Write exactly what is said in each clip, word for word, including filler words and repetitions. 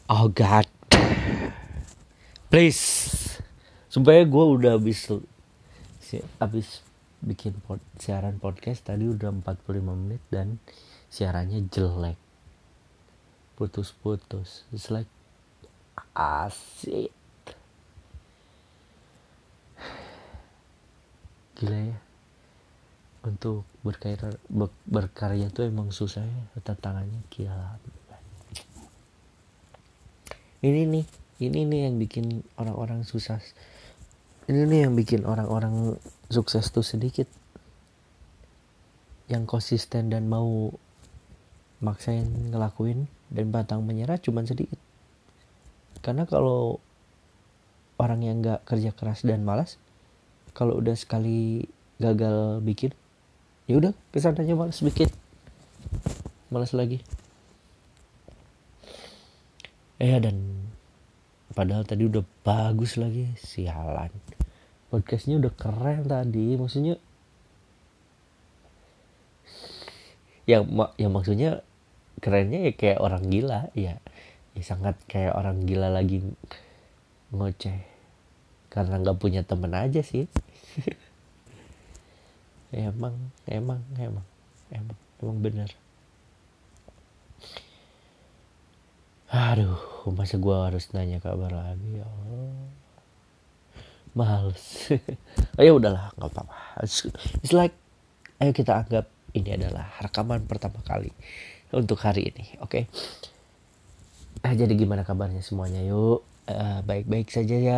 Oh God, please. Sumpah gue udah habis si, habis bikin pod, siaran podcast tadi udah empat puluh lima menit dan siarannya jelek, putus-putus. It's like asik. Gila ya. Untuk berkarya ber, berkarya tuh emang susah ya, tantangannya gila. Ini nih, ini nih yang bikin orang-orang susah. Ini nih yang bikin orang-orang sukses tuh sedikit. Yang konsisten dan mau maksain ngelakuin dan pantang menyerah cuman sedikit. Karena kalau orang yang gak kerja keras dan malas, kalau udah sekali gagal bikin, ya udah kesannya malas bikin, malas lagi. Eh dan padahal tadi udah bagus lagi, sialan. Podcastnya udah keren tadi, maksudnya yang yang maksudnya kerennya ya kayak orang gila ya, ya sangat kayak orang gila lagi ngoceh karena nggak punya temen aja sih. emang emang emang emang emang bener. Aduh, masa gue harus nanya kabar lagi ya Allah, males. Oh ya udahlah, nggak apa-apa. It's, it's like ayo kita anggap ini adalah rekaman pertama kali untuk hari ini, oke? Okay? Ah, jadi gimana kabarnya semuanya? Yuk, uh, baik-baik saja ya.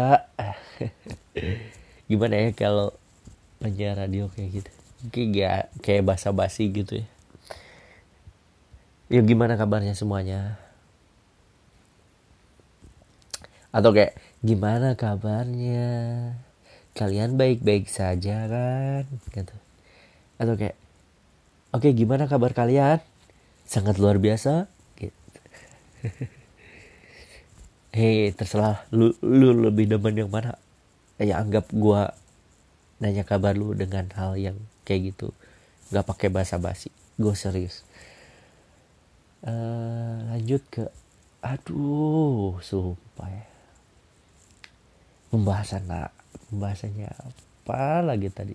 Gimana ya kalau penyiar radio kayak gitu? Kayak kayak basa-basi gitu ya. Yuk, gimana kabarnya semuanya? Atau kayak gimana kabarnya? Kalian baik-baik saja kan? Gitu. Atau kayak oke, gimana kabar kalian? Sangat luar biasa. Gitu. Hei, terserah lu, lu lebih demen yang mana? Ya anggap gua nanya kabar lu dengan hal yang kayak gitu, nggak pakai basa-basi, gue serius. Uh, lanjut ke, aduh, sumpah ya. Pembahasan nah, pembahasannya apa lagi tadi?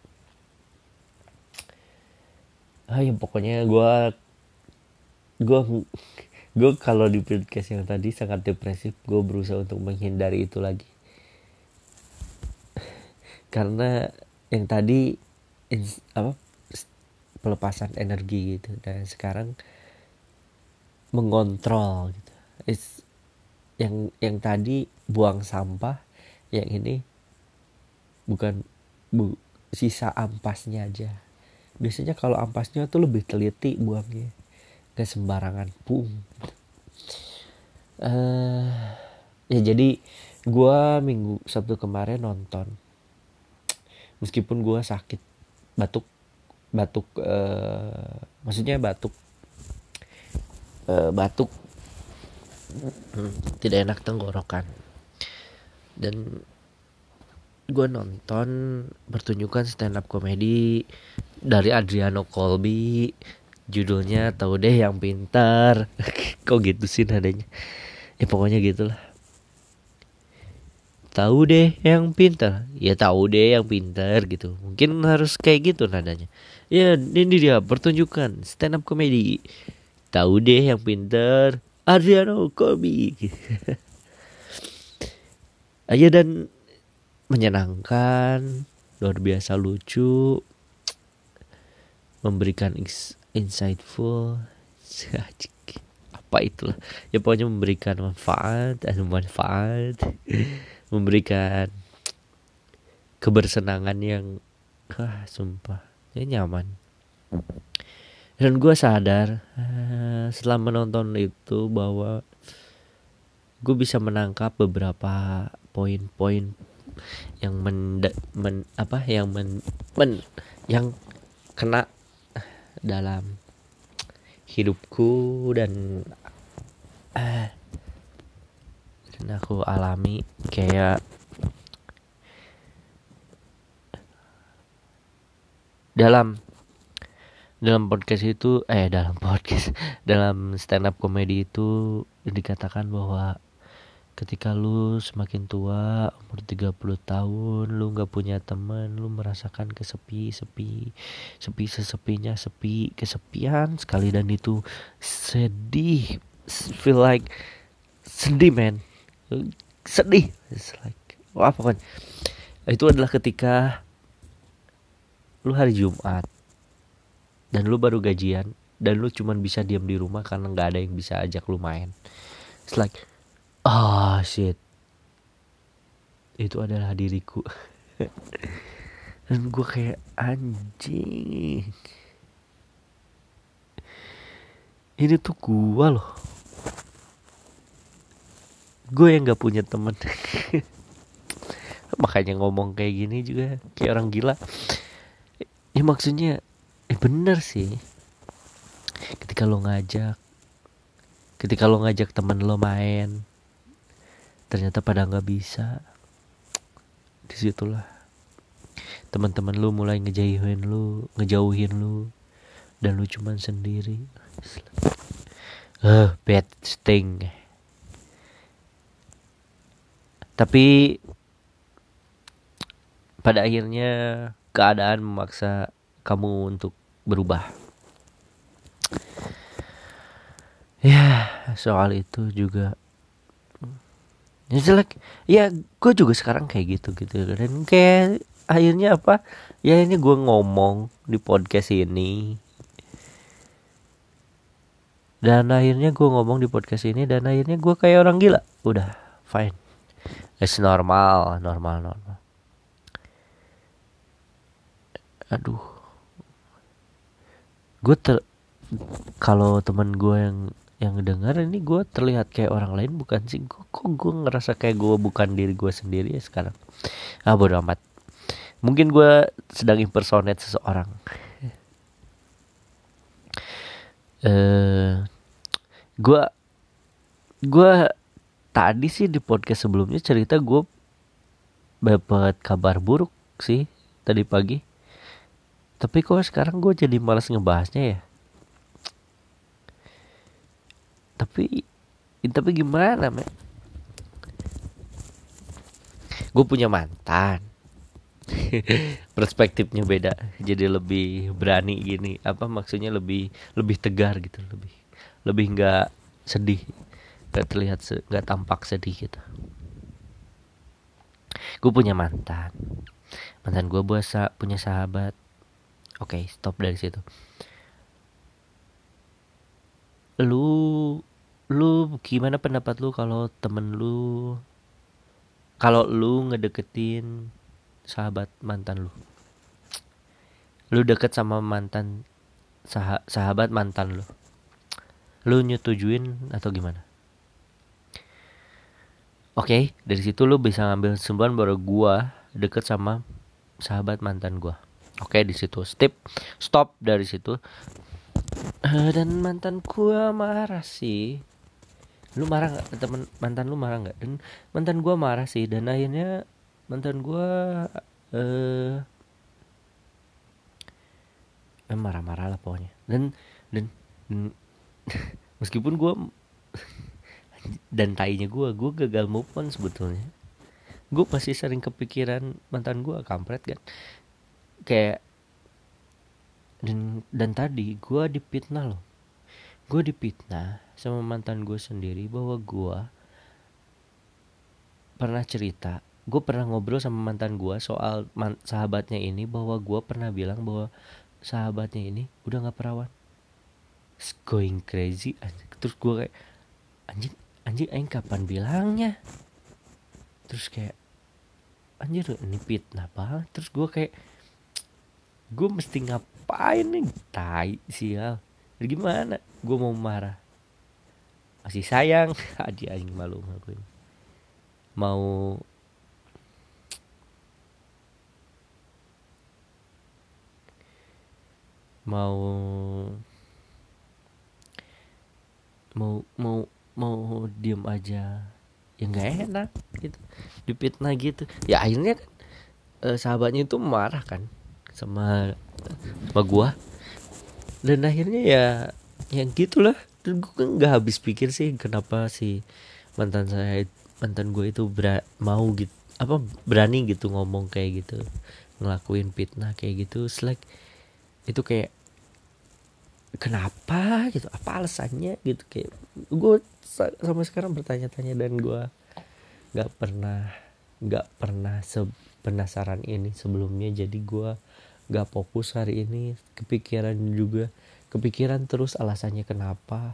Ah, ya pokoknya gue, gue, gue kalau di podcast yang tadi sangat depresif. Gue berusaha untuk menghindari itu lagi. Karena yang tadi ins, apa pelepasan energi gitu, dan sekarang mengontrol gitu. It's, yang yang tadi buang sampah, yang ini bukan bu, sisa ampasnya aja. Biasanya kalau ampasnya tuh lebih teliti buangnya, gak sembarangan boom. Uh, ya jadi gue minggu Sabtu kemarin nonton. Meskipun gue sakit batuk batuk uh, maksudnya batuk uh, batuk hmm, tidak enak tenggorokan, dan gue nonton pertunjukan stand up komedi dari Adriano Colby, judulnya Tahu Deh Yang Pintar. Kok gitu sih nadanya? Ya pokoknya gitulah. Tahu deh yang pintar, ya tahu deh yang pintar gitu. Mungkin harus kayak gitu nadanya. Ya ini dia pertunjukan stand up comedy. Tahu deh yang pintar, Adriano Colby. Aja dan menyenangkan, luar biasa lucu, memberikan insightful. Apa itulah? Ya pokoknya memberikan manfaat dan manfaat. Memberikan kebersenangan yang ah sumpah ya nyaman. Dan gue sadar uh, setelah menonton itu bahwa gue bisa menangkap beberapa poin-poin yang men, men apa yang men, men yang kena dalam hidupku dan uh, dan aku alami. Kayak dalam dalam podcast itu eh dalam podcast dalam stand up comedy itu dikatakan bahwa ketika lu semakin tua, umur tiga puluh tahun, lu gak punya teman, lu merasakan kesepi, sepi, sepi sesepinya, sepi, kesepian sekali, dan itu sedih, feel like sedih man, sedih, it's like, wah pokoknya itu adalah ketika lu hari Jumat dan lu baru gajian dan lu cuman bisa diam di rumah karena gak ada yang bisa ajak lu main. It's like, ah oh, shit, itu adalah diriku. Dan gue kayak anjing, ini tuh gue loh, gue yang gak punya temen. Makanya ngomong kayak gini juga kayak orang gila. Ya maksudnya eh bener sih, ketika lo ngajak ketika lo ngajak temen lo main ternyata pada nggak bisa, disitulah teman-teman lu mulai ngejauhin lu, ngejauhin lu, dan lu cuman sendiri. Uh, bad thing. Tapi pada akhirnya keadaan memaksa kamu untuk berubah. Ya, soal itu juga jelek. Ya, gue juga sekarang kayak gitu gitu. Dan kayak akhirnya apa? Ya ini gue ngomong di podcast ini. Dan akhirnya gue ngomong di podcast ini dan akhirnya gue kayak orang gila. Udah, fine. It's normal, normal, normal. Aduh. Gue ter kalau teman gue yang yang dengar ini gue terlihat kayak orang lain bukan sih? Gue kok gue ngerasa kayak gue bukan diri gue sendiri ya sekarang. Ah bodo amat. Mungkin gue sedang impersonate seseorang. Eh, gue gue tadi sih di podcast sebelumnya cerita gue dapat kabar buruk sih tadi pagi. Tapi kok sekarang gue jadi malas ngebahasnya ya. Tapi tapi gimana men? Gue punya mantan. Perspektifnya beda, jadi lebih berani gini. Apa maksudnya lebih lebih tegar gitu, lebih lebih nggak sedih, nggak terlihat nggak tampak sedih gitu. Gue punya mantan, mantan gue buasa punya sahabat. Oke, okay, stop dari situ. Lu lu gimana pendapat lu kalau temen lu, kalau lu ngedeketin sahabat mantan lu, lu deket sama mantan sah- sahabat mantan lu, lu nyetujuin atau gimana? Oke, okay, dari situ lu bisa ngambil kesimpulan bahwa gua deket sama sahabat mantan gua. Oke, okay, di situ step stop dari situ. Uh, dan mantan gua marah sih. Lu marah nggak? Temen mantan lu marah nggak? Dan mantan gua marah sih. Dan akhirnya mantan gua eh uh, marah-marah lah pokoknya. Dan dan, dan meskipun gua dan tainya gua, gua gagal move on sebetulnya. Gua masih sering kepikiran mantan gua, kampret kan. Kayak dan dan tadi gua dipitnah loh. Gua dipitnah sama mantan gue sendiri bahwa gue pernah cerita, gue pernah ngobrol sama mantan gue soal man- sahabatnya ini, bahwa gue pernah bilang bahwa sahabatnya ini udah nggak perawan. It's going crazy. Terus gue kayak anjing anjing aing kapan bilangnya? Terus kayak anjir ini fitnah banget. Terus gue kayak gue mesti ngapain nih? Tai sial. Gimana? Gue mau marah? Masih sayang, adi aing malu ngakuin. Mau mau mau mau mau diem aja ya nggak enak gitu, dipitnah gitu ya. Akhirnya kan eh, sahabatnya itu marah kan sama sama gua, dan akhirnya ya yang gitulah. Terus dan gue kan nggak habis pikir sih kenapa si mantan saya mantan gue itu ber- mau gitu apa berani gitu ngomong kayak gitu, ngelakuin fitnah kayak gitu. It's like itu kayak kenapa gitu, apa alasannya gitu, kayak gue sampai sekarang bertanya-tanya dan gue nggak pernah nggak pernah sepenasaran ini sebelumnya. Jadi gue nggak fokus hari ini, kepikiran juga kepikiran terus alasannya kenapa.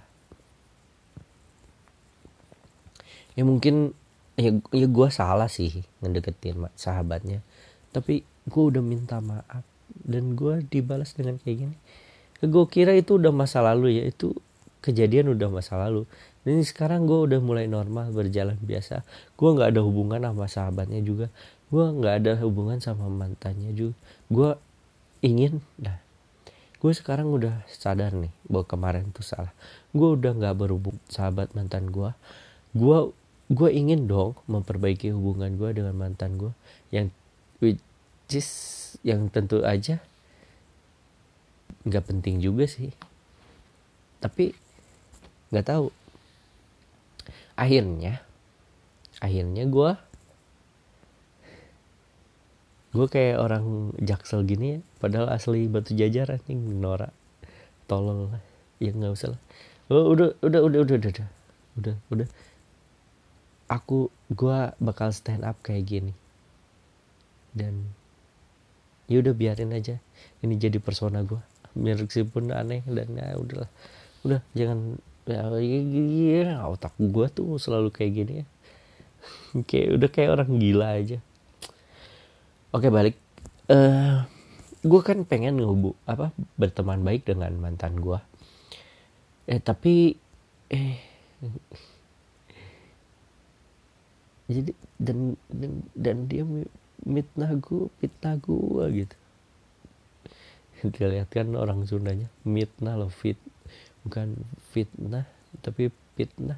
Ya mungkin ya, ya gue salah sih ngedeketin sahabatnya, tapi gue udah minta maaf dan gue dibalas dengan kayak gini. Gue kira itu udah masa lalu ya, itu kejadian udah masa lalu. Dan sekarang gue udah mulai normal, berjalan biasa. Gue nggak ada hubungan sama sahabatnya juga, gue nggak ada hubungan sama mantannya juga. Gue ingin, nah gue sekarang udah sadar nih bahwa kemarin tuh salah. Gue udah nggak berhubung sahabat mantan gue. Gue gue ingin dong memperbaiki hubungan gue dengan mantan gue, yang which is yang tentu aja nggak penting juga sih, tapi nggak tahu. Akhirnya, akhirnya gue gue kayak orang Jaksel gini ya, padahal asli Batu Jajar anjing, norak, tolol lah. Ya nggak usah lah. Oh, udah, udah, udah, udah, udah, udah, udah, udah. Aku, gue bakal stand up kayak gini, dan ya udah biarin aja ini jadi persona gue, meskipun aneh dan ya udahlah, udah jangan ya, ya, ya otak gue tuh selalu kayak gini ya. Kayak udah kayak orang gila aja. Oke balik, uh, gue kan pengen ngehubu apa berteman baik dengan mantan gue, eh tapi eh jadi dan dan, dan dia mitnah gue fitnah gue gitu. Dilihat kan orang Sundanya, mitnah loh, fit bukan fitnah tapi fitnah.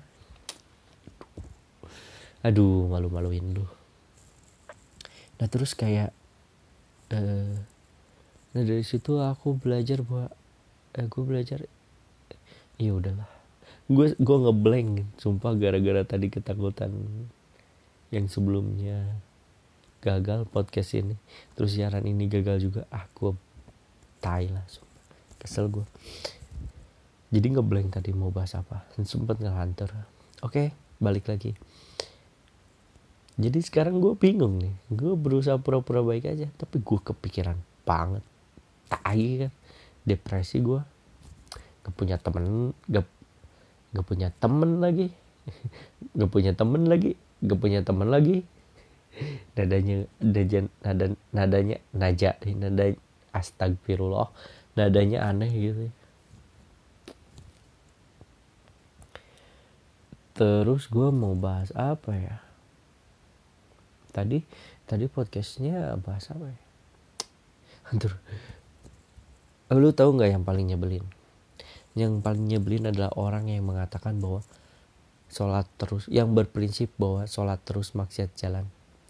Aduh, malu-maluin lu. Nah terus kayak eh, nah dari situ aku belajar bahwa eh, gue belajar ya udahlah, gue gue ngeblank sumpah gara-gara tadi ketakutan yang sebelumnya gagal podcast ini, terus siaran ini gagal juga. Ah gue tai lah, sumpah kesel gue. Jadi ngeblank tadi mau bahas apa, sempet ngelantur. Oke balik lagi. Jadi sekarang gue bingung nih, gue berusaha pura-pura baik aja, tapi gue kepikiran banget, tai kan, depresi gue, gak punya temen, gak, gak punya temen lagi, gak punya temen lagi, gak punya temen lagi, nadanya, nada, nada, nadanya, naja, nada, astagfirullah, nadanya aneh gitu. Terus gue mau bahas apa ya? Tadi tadi podcastnya bahas apa ya? Aduh. Lu tahu nggak yang paling nyebelin? Yang paling nyebelin adalah orang yang mengatakan bahwa sholat terus, yang berprinsip bahwa sholat terus maksiat jalan.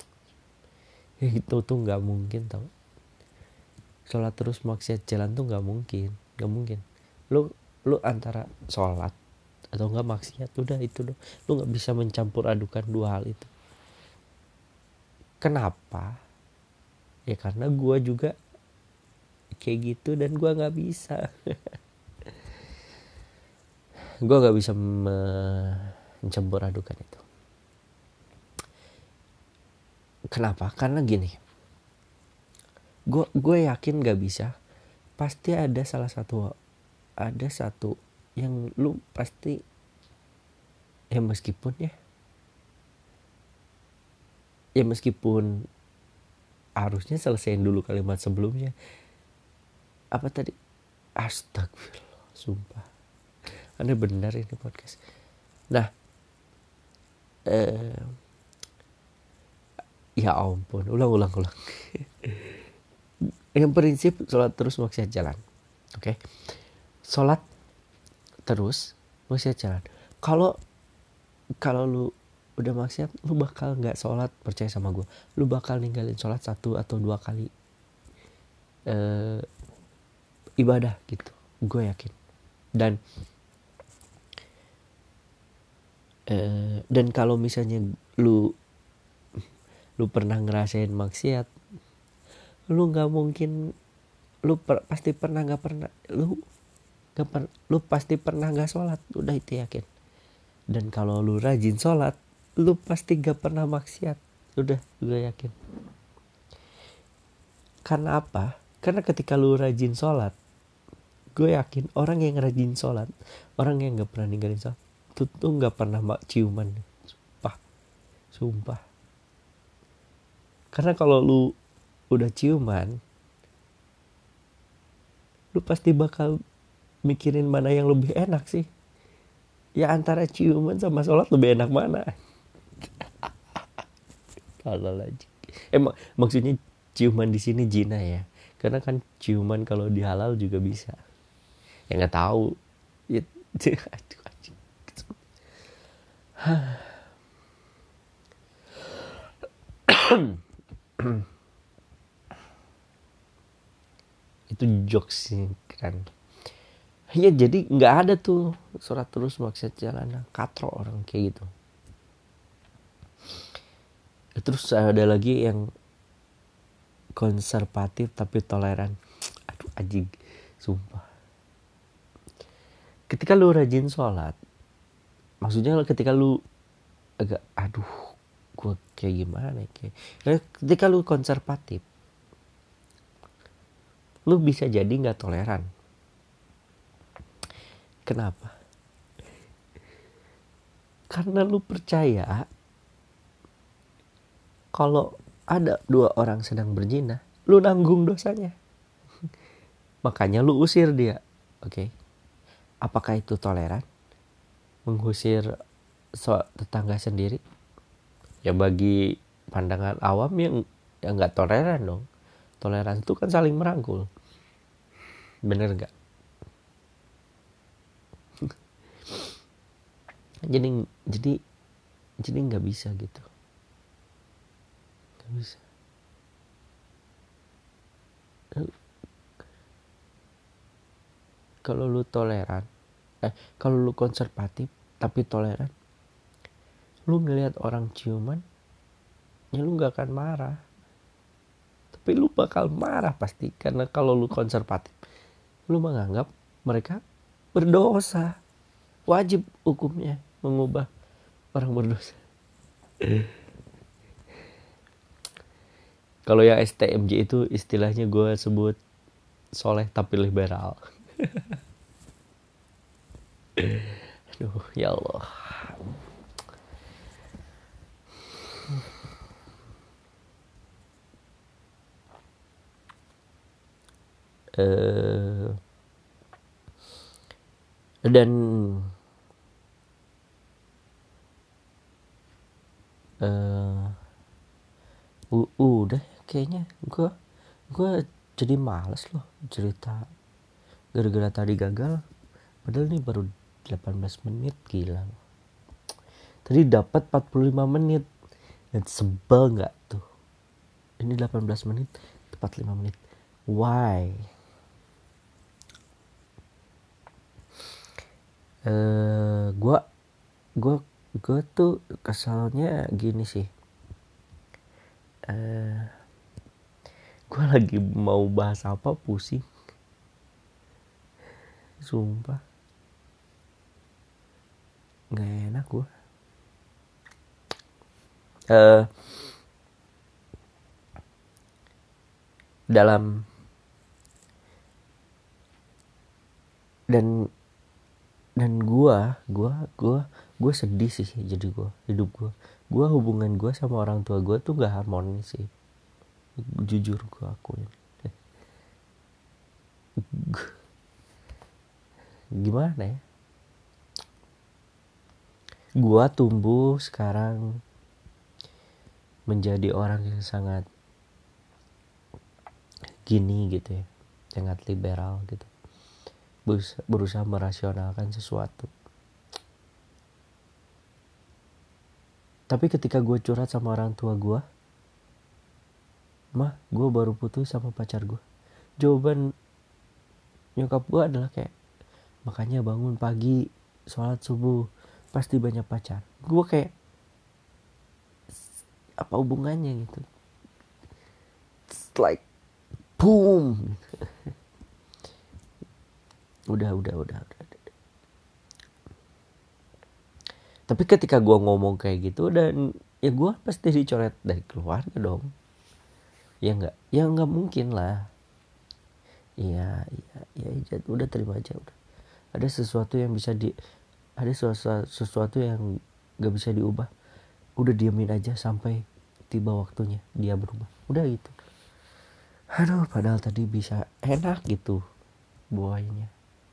Itu tuh nggak mungkin tau. Sholat terus maksiat jalan tuh nggak mungkin, nggak mungkin. Lu lu antara sholat atau nggak maksiat, udah itu dong. Lu nggak bisa mencampur adukan dua hal itu. Kenapa? Ya karena gue juga kayak gitu dan gue nggak bisa. Gue nggak bisa mencampur adukan itu. Kenapa? Karena gini. Gue gue yakin nggak bisa. Pasti ada salah satu, ada satu yang lu pasti ya meskipun ya. Ya meskipun harusnya selesaiin dulu kalimat sebelumnya. Apa tadi? Astagfirullah, sumpah. Aneh benar ini podcast. Nah, eh, ya ampun, ulang ulang ulang. Yang prinsip sholat terus maksiat jalan. Oke. Okay? Sholat terus maksiat jalan. Kalau kalau lu udah maksiat, lu bakal nggak sholat, percaya sama gue, lu bakal ninggalin sholat satu atau dua kali uh, ibadah gitu, gue yakin. Dan Eh, dan kalau misalnya lu lu pernah ngerasain maksiat, lu nggak mungkin, lu per, pasti pernah nggak pernah lu nggak per, lu pasti pernah nggak sholat, udah itu yakin. Dan kalau lu rajin sholat, lu pasti gak pernah maksiat, udah gue yakin. Karena apa? Karena ketika lu rajin sholat, gue yakin orang yang rajin sholat, orang yang gak pernah ninggalin sholat, itu tuh gak pernah ciuman. Sumpah, sumpah. Karena kalau lu udah ciuman, lu pasti bakal mikirin mana yang lebih enak sih. Ya antara ciuman sama sholat lebih enak mana? Halal aja. Emang maksudnya ciuman di sini zina ya. Karena kan ciuman kalau di halal juga bisa. Ya nggak tahu. Ya, aduh, aduh. Itu jokes sih kan. Ya jadi nggak ada tuh sholat terus maksiat jalanan, katro orang kayak gitu. Terus ada lagi yang konservatif tapi toleran. Aduh anjing, sumpah. Ketika lu rajin sholat, maksudnya ketika lu agak, aduh, gue kayak gimana kayak. Ketika lu konservatif, lu bisa jadi nggak toleran. Kenapa? Karena lu percaya kalau ada dua orang sedang berzina, lu nanggung dosanya. Makanya lu usir dia. Oke. Okay? Apakah itu toleran? Mengusir so, tetangga sendiri? Ya bagi pandangan awam yang ya nggak toleran dong. Toleran itu kan saling merangkul. Bener nggak? jadi jadi jadi nggak bisa gitu. Nggak bisa. Kalau lu toleran, eh kalau lu konservatif tapi toleran, lu ngelihat orang ciuman, ya lu nggak akan marah. Tapi lu bakal marah pasti, karena kalau lu konservatif, lu menganggap mereka berdosa, wajib hukumnya mengubah orang berdosa. Kalau yang S T M J itu istilahnya gue sebut soleh tapi liberal. Aduh, ya Allah. Uh, dan uh, uh, udah kayaknya gue gue jadi males loh cerita gara-gara tadi gagal. Padahal ini baru delapan belas menit, gila. Tadi dapat empat puluh lima menit. Dan sebel nggak tuh? Ini delapan belas menit, empat puluh lima menit. Why? Eh, gue gue gue tuh kesalnya gini sih. Eh, gue lagi mau bahas apa pusing. Sumpah. Gak enak gue. Uh, dalam dan dan gue gue gue gue sedih sih. Jadi gue hidup gue gue hubungan gue sama orang tua gue tuh gak harmonis sih, jujur gue akuin. Gimana ya, gue tumbuh sekarang menjadi orang yang sangat gini gitu ya, sangat liberal gitu, berusaha merasionalkan sesuatu. Tapi ketika gue curhat sama orang tua gue, mah gue baru putus sama pacar gue, jawaban nyokap gue adalah kayak, makanya bangun pagi, sholat subuh, pasti banyak pacar. Gue kayak apa hubungannya gitu. It's like boom. udah, udah, udah, udah. Tapi ketika gue ngomong kayak gitu dan ya gue pasti dicoret dari keluarga dong. Ya nggak, ya nggak mungkin lah. Iya, iya, iya, udah terima aja udah. Ada sesuatu yang bisa di, ada sesuatu, sesuatu yang nggak bisa diubah. Udah diamin aja sampai tiba waktunya dia berubah. Udah gitu. Aduh, padahal tadi bisa enak gitu buahnya.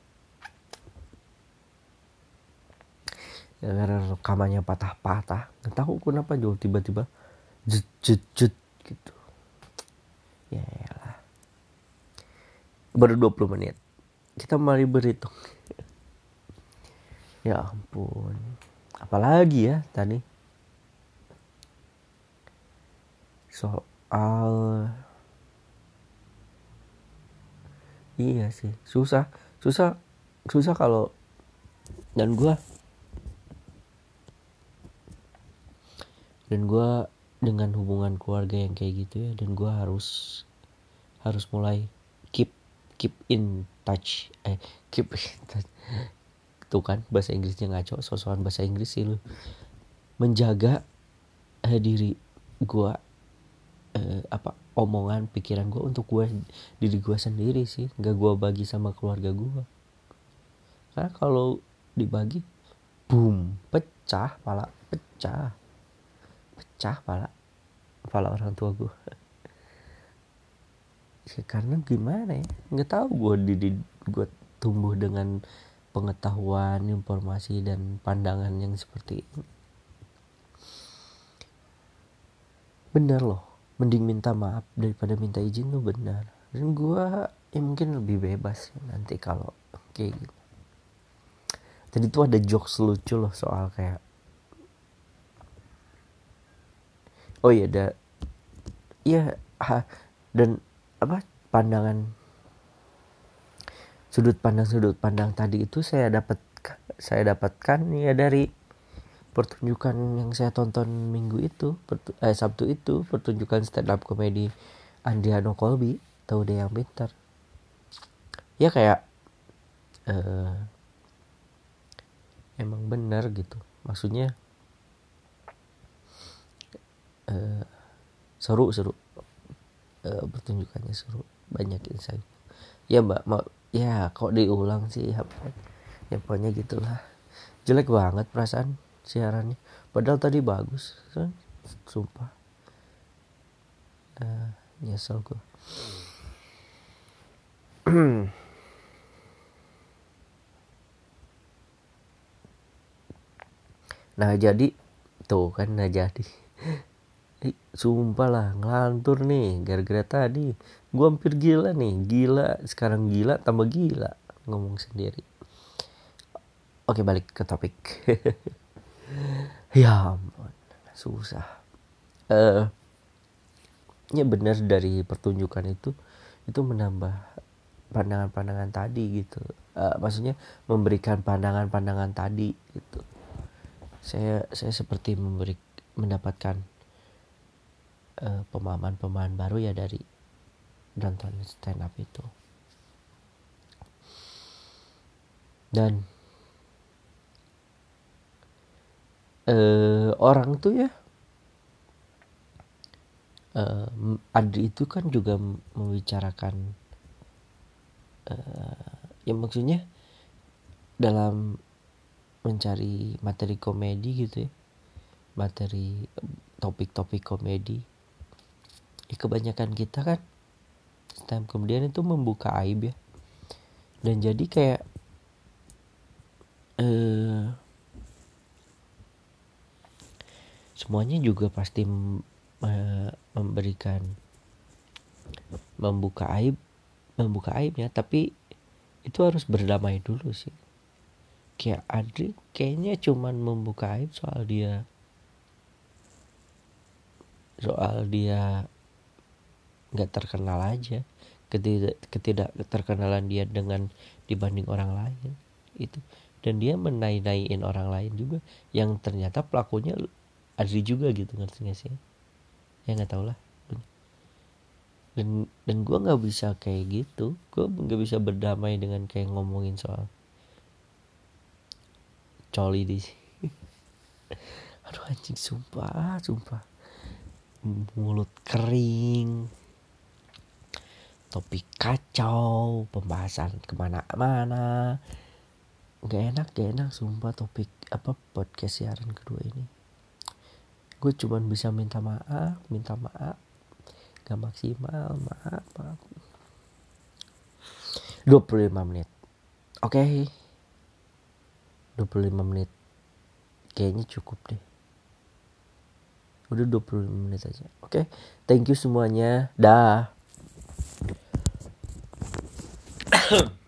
Ya, karena rekamannya patah-patah, nggak tahu kenapa jauh tiba-tiba jet jet jet gitu. Ya lah. Baru dua puluh menit. Kita mari berhitung. Ya ampun. Apalagi ya tadi? Soal iya sih, susah, susah, susah kalau dan gue dan gue dengan hubungan keluarga yang kayak gitu ya, dan gue harus harus mulai keep keep in touch, eh keep in touch. Tuh kan bahasa Inggrisnya ngaco, sosokan bahasa Inggris sih lu. Menjaga eh, diri gue, eh, apa omongan pikiran gue untuk gue diri gue sendiri sih, nggak gue bagi sama keluarga gue. Karena kalau dibagi, boom, pecah pala, pecah, pecah pala, pala orang tua gue. Ya, karena gimana ya, nggak tahu gue di, di gue tumbuh dengan pengetahuan, informasi dan pandangan yang seperti ini. Benar loh, mending minta maaf daripada minta izin tuh benar. Dan gue ya mungkin lebih bebas nanti kalau kayak gitu. Tadi tuh ada jokes lucu loh soal kayak, oh iya ada, iya ha, dan apa pandangan sudut pandang sudut pandang tadi itu saya dapat saya dapatkan ya dari pertunjukan yang saya tonton minggu itu, pertu, eh, Sabtu itu, pertunjukan stand up komedi Andriano Colby, tahu deh yang pintar. Ya kayak eh, emang benar gitu, maksudnya eh, seru seru eh, pertunjukannya seru, banyak insight. Ya mbak, mau ya kok diulang sih apa? Ya pokoknya gitulah. Jelek banget perasaan siarannya. Padahal tadi bagus, sumpah. Uh, nyesel gue. Nah jadi tuh kan nah jadi. Sumpah lah ngelantur nih gara-gara tadi. Gue hampir gila nih, gila sekarang gila tambah gila ngomong sendiri. Oke, balik ke topik. Ya ampun, susah. Eh, uh, ya benar dari pertunjukan itu itu menambah pandangan-pandangan tadi gitu. Uh, maksudnya memberikan pandangan-pandangan tadi gitu. Saya saya seperti memberi mendapatkan uh, pemahaman-pemahaman baru ya dari nonton stand up itu. Dan uh, orang tuh ya uh, Adri itu kan juga membicarakan uh, ya maksudnya dalam mencari materi komedi gitu ya, materi topik-topik komedi ya, kebanyakan kita kan stand kemudian itu membuka aib ya, dan jadi kayak eh, semuanya juga pasti eh, memberikan membuka aib membuka aibnya, tapi itu harus berdamai dulu sih. Kayak Adri kayaknya cuman membuka aib soal dia soal dia nggak terkenal aja, ketidak ketidak terkenalan dia dengan dibanding orang lain itu. dan dia menai-naiin orang lain juga yang ternyata pelakunya Adri juga gitu, ngerti gak sih? Ya nggak tau lah. Dan dan gue nggak bisa kayak gitu, gue nggak bisa berdamai dengan kayak ngomongin soal coli di sini. Aduh anjing, sumpah sumpah mulut kering, topik kacau, pembahasan kemana-mana, nggak enak gak enak sumpah. Topik apa podcast siaran kedua ini gue cuman bisa minta maaf minta maaf gak maksimal, maaf maaf. dua puluh lima menit, oke okay. dua puluh lima menit kayaknya cukup deh, udah dua puluh lima menit aja. Oke okay. Thank you semuanya, dah.